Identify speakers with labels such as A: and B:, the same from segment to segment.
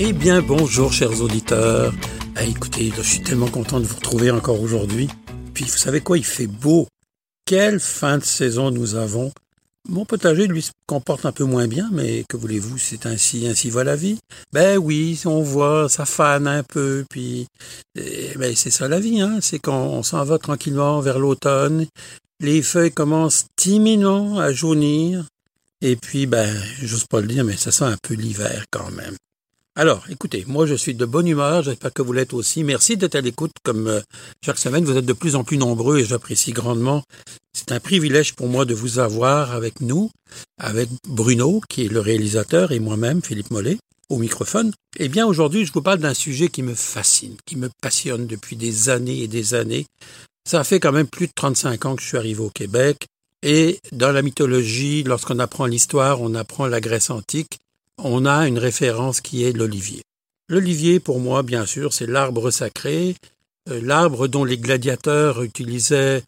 A: Eh bien, bonjour chers auditeurs. Écoutez, je suis tellement content de vous retrouver encore aujourd'hui. Puis, vous savez quoi, il fait beau. Quelle fin de saison nous avons. Mon potager, lui, se comporte un peu moins bien, mais que voulez-vous, c'est ainsi va la vie. Ben oui, on voit, ça fane un peu, puis c'est ça la vie, hein. C'est qu'on s'en va tranquillement vers l'automne. Les feuilles commencent timidement à jaunir. Et puis, j'ose pas le dire, mais ça sent un peu l'hiver quand même. Alors, écoutez, moi je suis de bonne humeur, j'espère que vous l'êtes aussi. Merci d'être à l'écoute, comme chaque semaine, vous êtes de plus en plus nombreux et j'apprécie grandement. C'est un privilège pour moi de vous avoir avec nous, avec Bruno, qui est le réalisateur, et moi-même, Philippe Mollet, au microphone. Eh bien, aujourd'hui, je vous parle d'un sujet qui me fascine, qui me passionne depuis des années et des années. Ça fait quand même plus de 35 ans que je suis arrivé au Québec. Et dans la mythologie, lorsqu'on apprend l'histoire, on apprend la Grèce antique, on a une référence qui est l'olivier. L'olivier, pour moi, bien sûr, c'est l'arbre sacré, l'arbre dont les gladiateurs utilisaient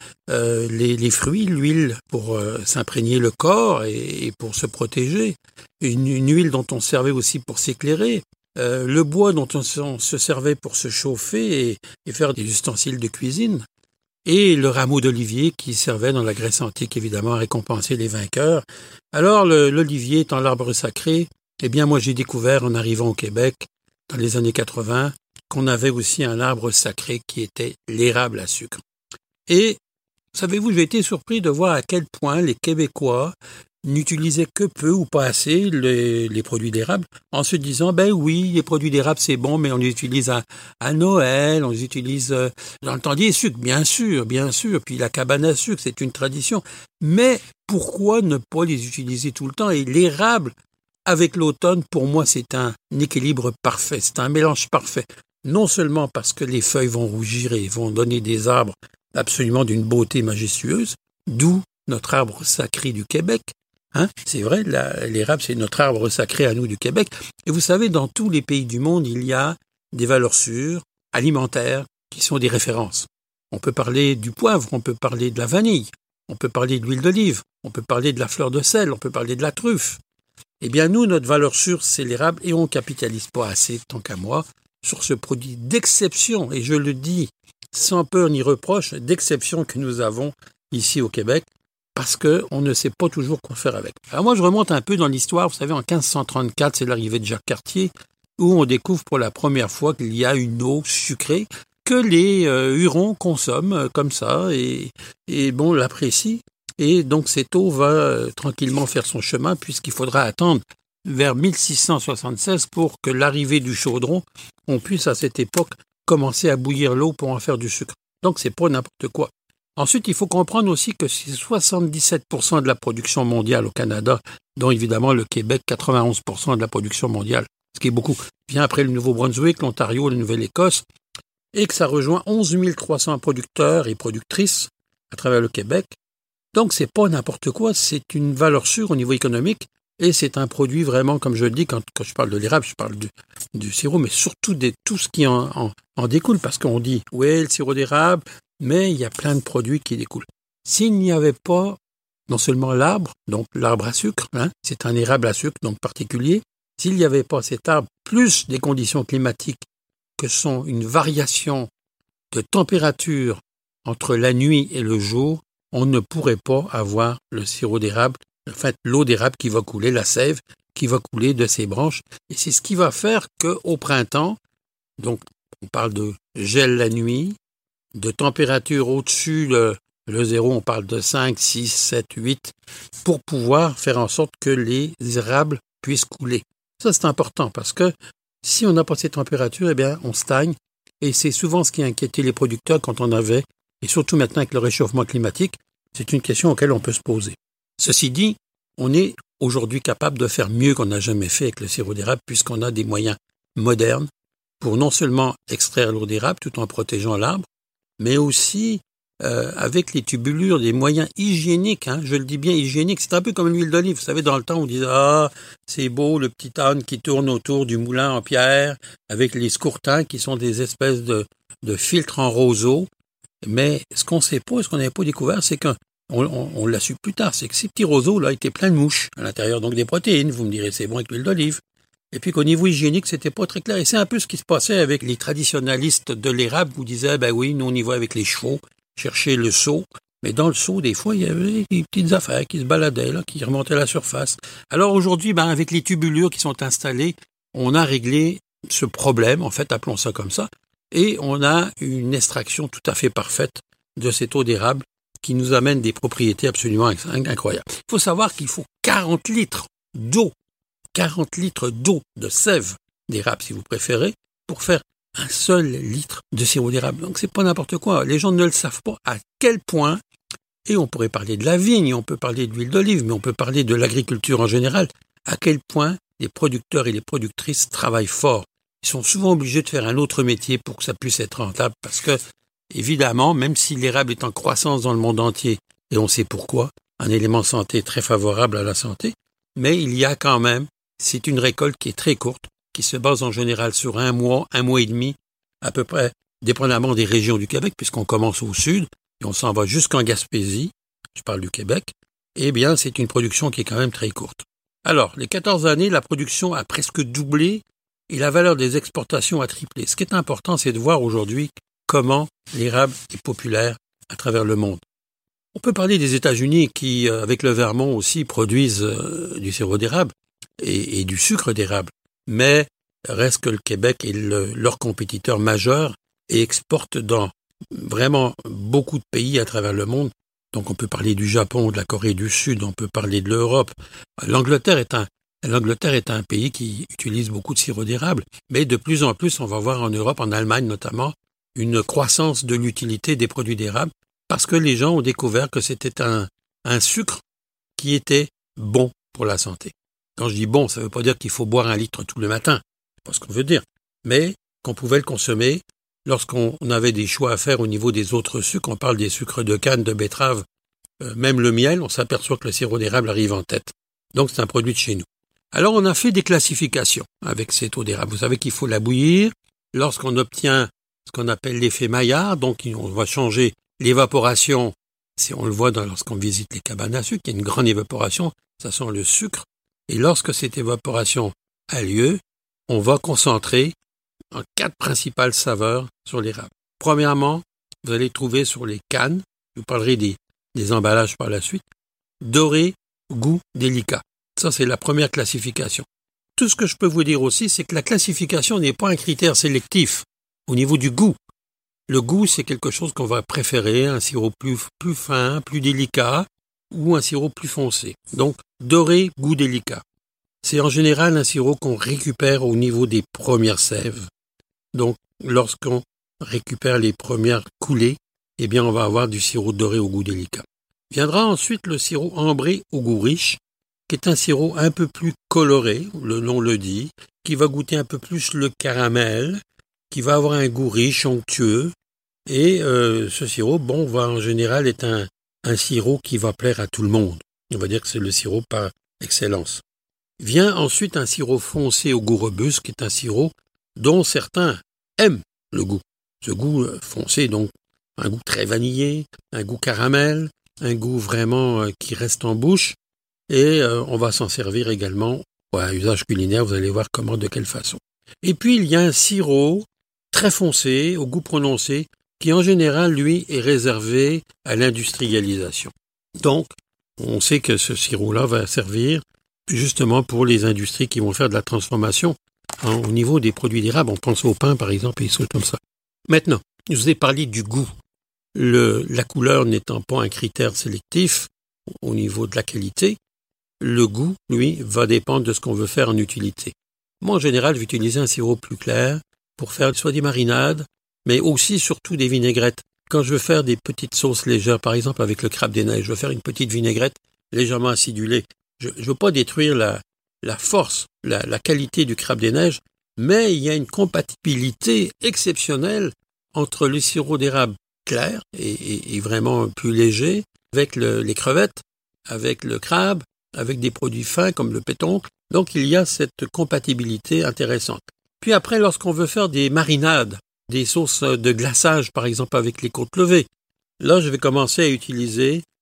A: les fruits, l'huile, pour s'imprégner le corps et pour se protéger. Une huile dont on servait aussi pour s'éclairer. Le bois dont on se servait pour se chauffer et faire des ustensiles de cuisine. Et le rameau d'olivier qui servait dans la Grèce antique, évidemment, à récompenser les vainqueurs. Alors, l'olivier étant l'arbre sacré, eh bien, moi, j'ai découvert, en arrivant au Québec, dans les années 80, qu'on avait aussi un arbre sacré qui était l'érable à sucre. Et, savez-vous, j'ai été surpris de voir à quel point les Québécois n'utilisaient que peu ou pas assez les produits d'érable, en se disant, oui, les produits d'érable, c'est bon, mais on les utilise à Noël, on les utilise dans le temps des sucres, bien sûr, puis la cabane à sucre, c'est une tradition. Mais pourquoi ne pas les utiliser tout le temps? Et l'érable, avec l'automne, pour moi, c'est un équilibre parfait, c'est un mélange parfait. Non seulement parce que les feuilles vont rougir et vont donner des arbres absolument d'une beauté majestueuse, d'où notre arbre sacré du Québec. C'est vrai, l'érable, c'est notre arbre sacré à nous du Québec. Et vous savez, dans tous les pays du monde, il y a des valeurs sûres, alimentaires, qui sont des références. On peut parler du poivre, on peut parler de la vanille, on peut parler de l'huile d'olive, on peut parler de la fleur de sel, on peut parler de la truffe. Eh bien, nous, notre valeur sûre, c'est l'érable, et on ne capitalise pas assez, tant qu'à moi, sur ce produit d'exception, et je le dis sans peur ni reproche, d'exception que nous avons ici au Québec, parce qu'on ne sait pas toujours quoi faire avec. Alors moi, je remonte un peu dans l'histoire. Vous savez, en 1534, c'est l'arrivée de Jacques Cartier, où on découvre pour la première fois qu'il y a une eau sucrée que les Hurons consomment comme ça, et l'apprécient. Et donc cette eau va tranquillement faire son chemin, puisqu'il faudra attendre vers 1676 pour que l'arrivée du chaudron, on puisse à cette époque commencer à bouillir l'eau pour en faire du sucre. Donc c'est pas n'importe quoi. Ensuite, il faut comprendre aussi que c'est 77% de la production mondiale au Canada, dont évidemment le Québec, 91% de la production mondiale, ce qui est beaucoup. Vient après le Nouveau-Brunswick, l'Ontario, la Nouvelle-Écosse, et que ça rejoint 11 300 producteurs et productrices à travers le Québec. Donc, c'est pas n'importe quoi, c'est une valeur sûre au niveau économique, et c'est un produit vraiment, comme je le dis, quand je parle de l'érable, je parle du sirop, mais surtout de tout ce qui en découle, parce qu'on dit, oui, le sirop d'érable, mais il y a plein de produits qui découlent. S'il n'y avait pas non seulement l'arbre, donc l'arbre à sucre, c'est un érable à sucre, donc particulier, s'il n'y avait pas cet arbre, plus des conditions climatiques que sont une variation de température entre la nuit et le jour, on ne pourrait pas avoir le sirop d'érable, en fait l'eau d'érable qui va couler, la sève qui va couler de ses branches. Et c'est ce qui va faire qu'au printemps, donc on parle de gel la nuit, de température au-dessus le zéro, on parle de 5, 6, 7, 8, pour pouvoir faire en sorte que les érables puissent couler. Ça, c'est important parce que si on n'a pas ces températures, eh bien, on stagne. Et c'est souvent ce qui inquiétait les producteurs quand on avait, et surtout maintenant avec le réchauffement climatique, c'est une question auquel on peut se poser. Ceci dit, on est aujourd'hui capable de faire mieux qu'on n'a jamais fait avec le sirop d'érable puisqu'on a des moyens modernes pour non seulement extraire l'eau d'érable tout en protégeant l'arbre, mais aussi avec les tubulures, des moyens hygiéniques, je le dis bien hygiéniques, c'est un peu comme l'huile d'olive. Vous savez, dans le temps, on disait « Ah, c'est beau, le petit âne qui tourne autour du moulin en pierre, avec les scourtins qui sont des espèces de filtres en roseau. » Mais ce qu'on ne sait pas, ce qu'on n'avait pas découvert, c'est qu'on l'a su plus tard, c'est que ces petits roseaux-là étaient pleins de mouches à l'intérieur, donc des protéines. Vous me direz, c'est bon avec l'huile d'olive. et puis qu'au niveau hygiénique, c'était pas très clair. Et c'est un peu ce qui se passait avec les traditionalistes de l'érable, qui disaient, ben oui, nous on y va avec les chevaux, chercher le seau. Mais dans le seau, des fois, il y avait des petites affaires qui se baladaient, là, qui remontaient à la surface. Alors aujourd'hui, avec les tubulures qui sont installées, on a réglé ce problème, en fait, appelons ça comme ça, et on a une extraction tout à fait parfaite de cette eau d'érable qui nous amène des propriétés absolument incroyables. Il faut savoir qu'il faut 40 litres d'eau, 40 litres d'eau, de sève d'érable, si vous préférez, pour faire un seul litre de sirop d'érable. Donc c'est pas n'importe quoi. Les gens ne le savent pas à quel point, et on pourrait parler de la vigne, on peut parler de l'huile d'olive, mais on peut parler de l'agriculture en général, à quel point les producteurs et les productrices travaillent fort. Ils sont souvent obligés de faire un autre métier pour que ça puisse être rentable, parce que, évidemment, même si l'érable est en croissance dans le monde entier, et on sait pourquoi, un élément santé très favorable à la santé, mais il y a quand même, c'est une récolte qui est très courte, qui se base en général sur un mois et demi, à peu près, dépendamment des régions du Québec, puisqu'on commence au sud, et on s'en va jusqu'en Gaspésie, je parle du Québec, eh bien, c'est une production qui est quand même très courte. Alors, les 14 années, la production a presque doublé, et la valeur des exportations a triplé. Ce qui est important, c'est de voir aujourd'hui comment l'érable est populaire à travers le monde. On peut parler des États-Unis qui, avec le Vermont aussi, produisent du sirop d'érable et du sucre d'érable. Mais reste que le Québec est leur compétiteur majeur et exporte dans vraiment beaucoup de pays à travers le monde. Donc on peut parler du Japon, de la Corée du Sud, on peut parler de l'Europe. L'Angleterre est un pays qui utilise beaucoup de sirop d'érable. Mais de plus en plus, on va voir en Europe, en Allemagne notamment, une croissance de l'utilité des produits d'érable parce que les gens ont découvert que c'était un sucre qui était bon pour la santé. Quand je dis bon, ça ne veut pas dire qu'il faut boire 1 litre tous les matins, c'est pas ce qu'on veut dire, mais qu'on pouvait le consommer lorsqu'on avait des choix à faire au niveau des autres sucres. On parle des sucres de canne, de betterave, même le miel, on s'aperçoit que le sirop d'érable arrive en tête. Donc c'est un produit de chez nous. Alors on a fait des classifications avec cette eau d'érable. Vous savez qu'il faut la bouillir. Lorsqu'on obtient ce qu'on appelle l'effet Maillard, donc on va changer l'évaporation, si on le voit lorsqu'on visite les cabanes à sucre, il y a une grande évaporation, ça sent le sucre. Et lorsque cette évaporation a lieu, on va concentrer en 4 principales saveurs sur l'érable. Premièrement, vous allez trouver sur les cannes, je vous parlerai des emballages par la suite, doré, goût, délicat. Ça, c'est la première classification. Tout ce que je peux vous dire aussi, c'est que la classification n'est pas un critère sélectif au niveau du goût. Le goût, c'est quelque chose qu'on va préférer, un sirop plus fin, plus délicat, ou un sirop plus foncé. Donc, doré, goût délicat. C'est en général un sirop qu'on récupère au niveau des premières sèves. Donc, lorsqu'on récupère les premières coulées, eh bien, on va avoir du sirop doré au goût délicat. Viendra ensuite le sirop ambré au goût riche, qui est un sirop un peu plus coloré, le nom le dit, qui va goûter un peu plus le caramel, qui va avoir un goût riche, onctueux, et ce sirop, va en général être un sirop qui va plaire à tout le monde. On va dire que c'est le sirop par excellence. Vient ensuite un sirop foncé au goût robuste, qui est un sirop dont certains aiment le goût. Ce goût foncé, donc, un goût très vanillé, un goût caramel, un goût vraiment qui reste en bouche, et on va s'en servir également à usage culinaire, vous allez voir comment, de quelle façon. Et puis, il y a un sirop très foncé, au goût prononcé, qui en général, lui, est réservé à l'industrialisation. Donc, on sait que ce sirop-là va servir justement pour les industries qui vont faire de la transformation au niveau des produits d'érable. On pense au pain, par exemple, et des choses comme ça. Maintenant, je vous ai parlé du goût. La couleur n'étant pas un critère sélectif au niveau de la qualité, le goût, lui, va dépendre de ce qu'on veut faire en utilité. Moi, en général, je vais utiliser un sirop plus clair pour faire soit des marinades, mais aussi, surtout, des vinaigrettes. Quand je veux faire des petites sauces légères, par exemple avec le crabe des neiges, je veux faire une petite vinaigrette légèrement acidulée. Je ne veux pas détruire la force, la qualité du crabe des neiges, mais il y a une compatibilité exceptionnelle entre le sirop d'érable clair et vraiment plus léger, avec les crevettes, avec le crabe, avec des produits fins comme le pétoncle. Donc il y a cette compatibilité intéressante. Puis après, lorsqu'on veut faire des marinades, des sauces de glaçage, par exemple avec les côtes levées, là je vais commencer à utiliser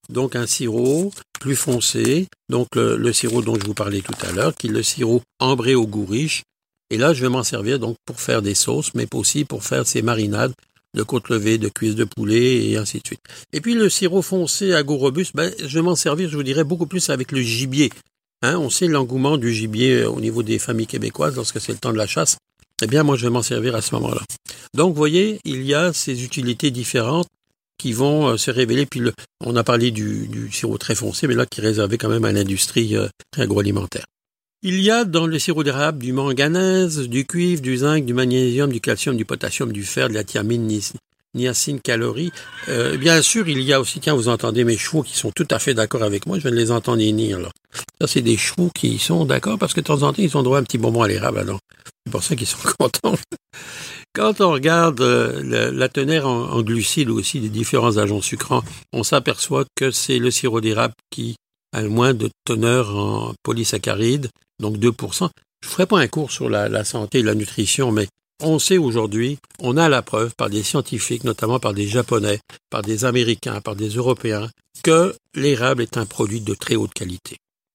A: donc un sirop plus foncé, donc le sirop dont je vous parlais tout à l'heure, qui est le sirop ambré au goût riche. Et là, je vais m'en servir donc pour faire des sauces, mais aussi pour faire ces marinades de côte levée, de cuisses de poulet et ainsi de suite. Et puis le sirop foncé à goût robuste, je vais m'en servir, je vous dirais, beaucoup plus avec le gibier. On sait l'engouement du gibier au niveau des familles québécoises lorsque c'est le temps de la chasse. Eh bien, moi, je vais m'en servir à ce moment-là. Donc, vous voyez, il y a ces utilités différentes qui vont se révéler. Puis, on a parlé du sirop très foncé, mais là, qui est réservé quand même à l'industrie agroalimentaire. Il y a dans le sirop d'érable du manganèse, du cuivre, du zinc, du magnésium, du calcium, du potassium, du fer, de la thiamine, niacine, calories. Bien sûr, il y a aussi, tiens, vous entendez mes chevaux qui sont tout à fait d'accord avec moi, je viens de les entendre hennir, là. Ça, c'est des chevaux qui sont d'accord parce que de temps en temps, ils ont droit à un petit bonbon à l'érable, alors. C'est pour ça qu'ils sont contents. Quand on regarde la teneur en glucides aussi des différents agents sucrants, on s'aperçoit que c'est le sirop d'érable qui a le moins de teneur en polysaccharides, donc 2%. Je ne ferai pas un cours sur la santé et la nutrition, mais on sait aujourd'hui, on a la preuve par des scientifiques, notamment par des Japonais, par des Américains, par des Européens, que l'érable est un produit de très haute qualité.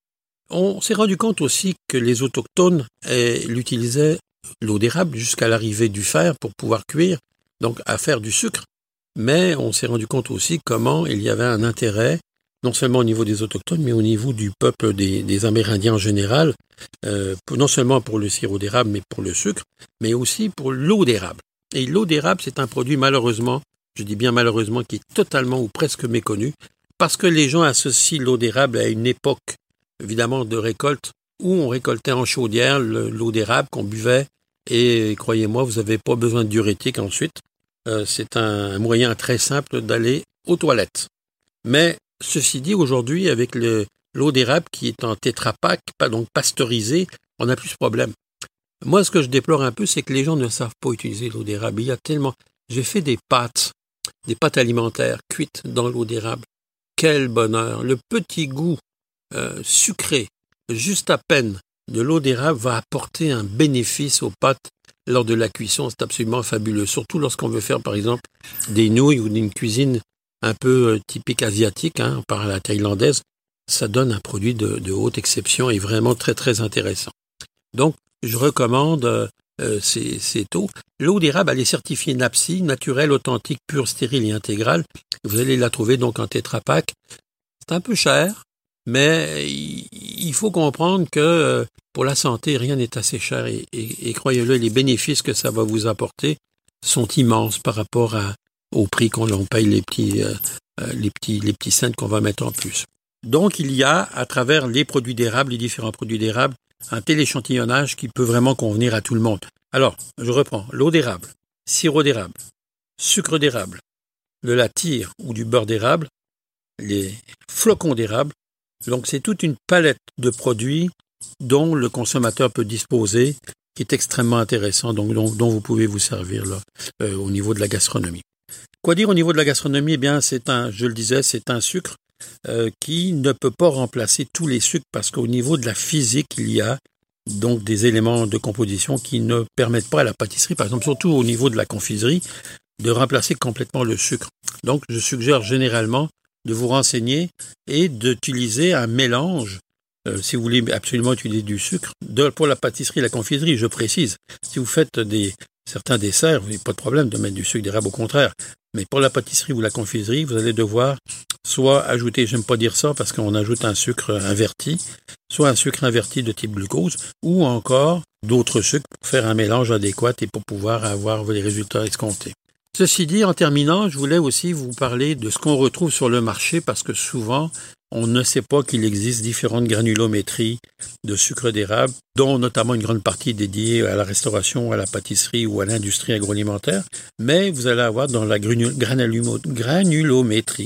A: On s'est rendu compte aussi que les autochtones l'utilisaient, l'eau d'érable, jusqu'à l'arrivée du fer pour pouvoir cuire, donc à faire du sucre. Mais on s'est rendu compte aussi comment il y avait un intérêt, non seulement au niveau des autochtones, mais au niveau du peuple des Amérindiens en général, non seulement pour le sirop d'érable, mais pour le sucre, mais aussi pour l'eau d'érable. Et l'eau d'érable, c'est un produit malheureusement, je dis bien malheureusement, qui est totalement ou presque méconnu, parce que les gens associent l'eau d'érable à une époque évidemment de récolte, où on récoltait en chaudière l'eau d'érable qu'on buvait, et croyez-moi, vous n'avez pas besoin de diurétique ensuite. C'est un moyen très simple d'aller aux toilettes. Mais ceci dit, aujourd'hui, avec l'eau d'érable qui est en Tetra Pak, donc pasteurisée, on n'a plus ce problème. Moi, ce que je déplore un peu, c'est que les gens ne savent pas utiliser l'eau d'érable. Il y a tellement... J'ai fait des pâtes alimentaires cuites dans l'eau d'érable. Quel bonheur! Le petit goût sucré, juste à peine, de l'eau d'érable va apporter un bénéfice aux pâtes lors de la cuisson. C'est absolument fabuleux, surtout lorsqu'on veut faire par exemple des nouilles ou d'une cuisine un peu typique asiatique, par la thaïlandaise. Ça donne un produit de haute exception et vraiment très très intéressant. Donc je recommande ces taux. L'eau d'érable, elle est certifiée NAPSI, naturelle, authentique, pure, stérile et intégrale. Vous allez la trouver donc en Tetra Pak. C'est un peu cher, mais il faut comprendre que pour la santé, rien n'est assez cher et croyez-le, les bénéfices que ça va vous apporter sont immenses par rapport au prix qu'on paye les petits cents qu'on va mettre en plus. Donc, il y a, à travers les produits d'érable, les différents produits d'érable, un tel échantillonnage qui peut vraiment convenir à tout le monde. Alors, je reprends. L'eau d'érable, sirop d'érable, sucre d'érable, de la tire ou du beurre d'érable, les flocons d'érable. Donc, c'est toute une palette de produits dont le consommateur peut disposer, qui est extrêmement intéressant, donc dont vous pouvez vous servir là, au niveau de la gastronomie. Quoi dire au niveau de la gastronomie? Eh bien, je le disais, c'est un sucre qui ne peut pas remplacer tous les sucres parce qu'au niveau de la physique, il y a donc des éléments de composition qui ne permettent pas à la pâtisserie, par exemple, surtout au niveau de la confiserie, de remplacer complètement le sucre. Donc, je suggère généralement de vous renseigner et d'utiliser un mélange, si vous voulez absolument utiliser du sucre, pour la pâtisserie et la confiserie, je précise. Si vous faites certains desserts, vous n'avez pas de problème de mettre du sucre d'érable, au contraire. Mais pour la pâtisserie ou la confiserie, vous allez devoir soit ajouter, j'aime pas dire ça parce qu'on ajoute un sucre inverti, soit un sucre inverti de type glucose, ou encore d'autres sucres pour faire un mélange adéquat et pour pouvoir avoir les résultats escomptés. Ceci dit, en terminant, je voulais aussi vous parler de ce qu'on retrouve sur le marché parce que souvent, on ne sait pas qu'il existe différentes granulométries de sucre d'érable, dont notamment une grande partie dédiée à la restauration, à la pâtisserie ou à l'industrie agroalimentaire. Mais vous allez avoir dans la granulométrie,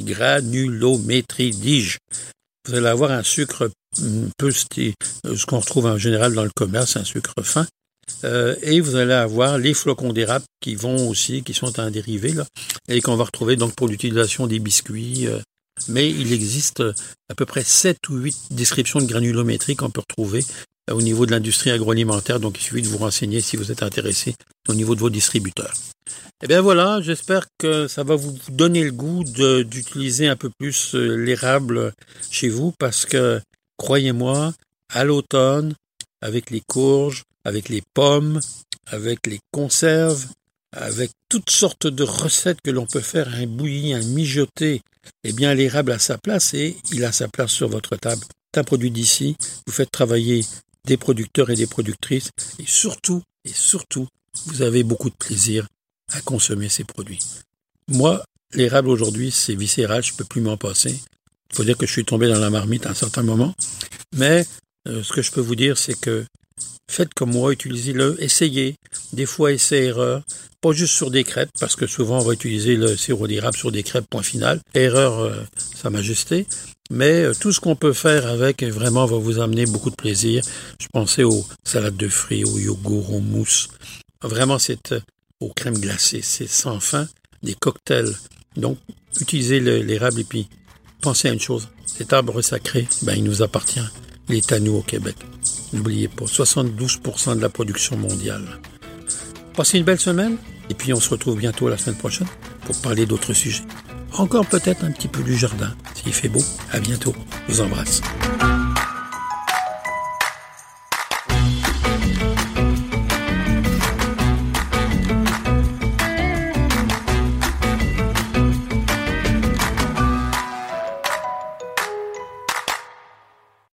A: dis-je, vous allez avoir un sucre peu ce qu'on retrouve en général dans le commerce, un sucre fin. Et vous allez avoir les flocons d'érable qui sont un dérivé là, et qu'on va retrouver donc pour l'utilisation des biscuits. Mais il existe à peu près 7 ou 8 descriptions de granulométrie qu'on peut retrouver au niveau de l'industrie agroalimentaire. Donc, il suffit de vous renseigner si vous êtes intéressé au niveau de vos distributeurs. Eh bien voilà, j'espère que ça va vous donner le goût d'utiliser un peu plus l'érable chez vous parce que, croyez-moi, à l'automne, avec les courges, avec les pommes, avec les conserves, avec toutes sortes de recettes que l'on peut faire, un bouilli, un mijoté, eh bien l'érable a sa place et il a sa place sur votre table. C'est un produit d'ici, vous faites travailler des producteurs et des productrices et surtout, vous avez beaucoup de plaisir à consommer ces produits. Moi, l'érable aujourd'hui, c'est viscéral, je ne peux plus m'en passer. Il faut dire que je suis tombé dans la marmite à un certain moment, mais ce que je peux vous dire, c'est que faites comme moi, utilisez-le, essayez, des fois essai-erreur, pas juste sur des crêpes, parce que souvent on va utiliser le sirop d'érable sur des crêpes, point final. Erreur, Sa Majesté. Mais tout ce qu'on peut faire avec, vraiment, va vous amener beaucoup de plaisir. Je pensais aux salades de fruits, au yogourt, aux mousses. Vraiment, c'est aux crèmes glacées, c'est sans fin, des cocktails. Donc, utilisez l'érable et puis pensez à une chose, cet arbre sacré, il nous appartient. Il est à nous au Québec. N'oubliez pas, 72% de la production mondiale. Passez une belle semaine et puis on se retrouve bientôt la semaine prochaine pour parler d'autres sujets. Encore peut-être un petit peu du jardin, s'il fait beau. À bientôt. Je vous embrasse.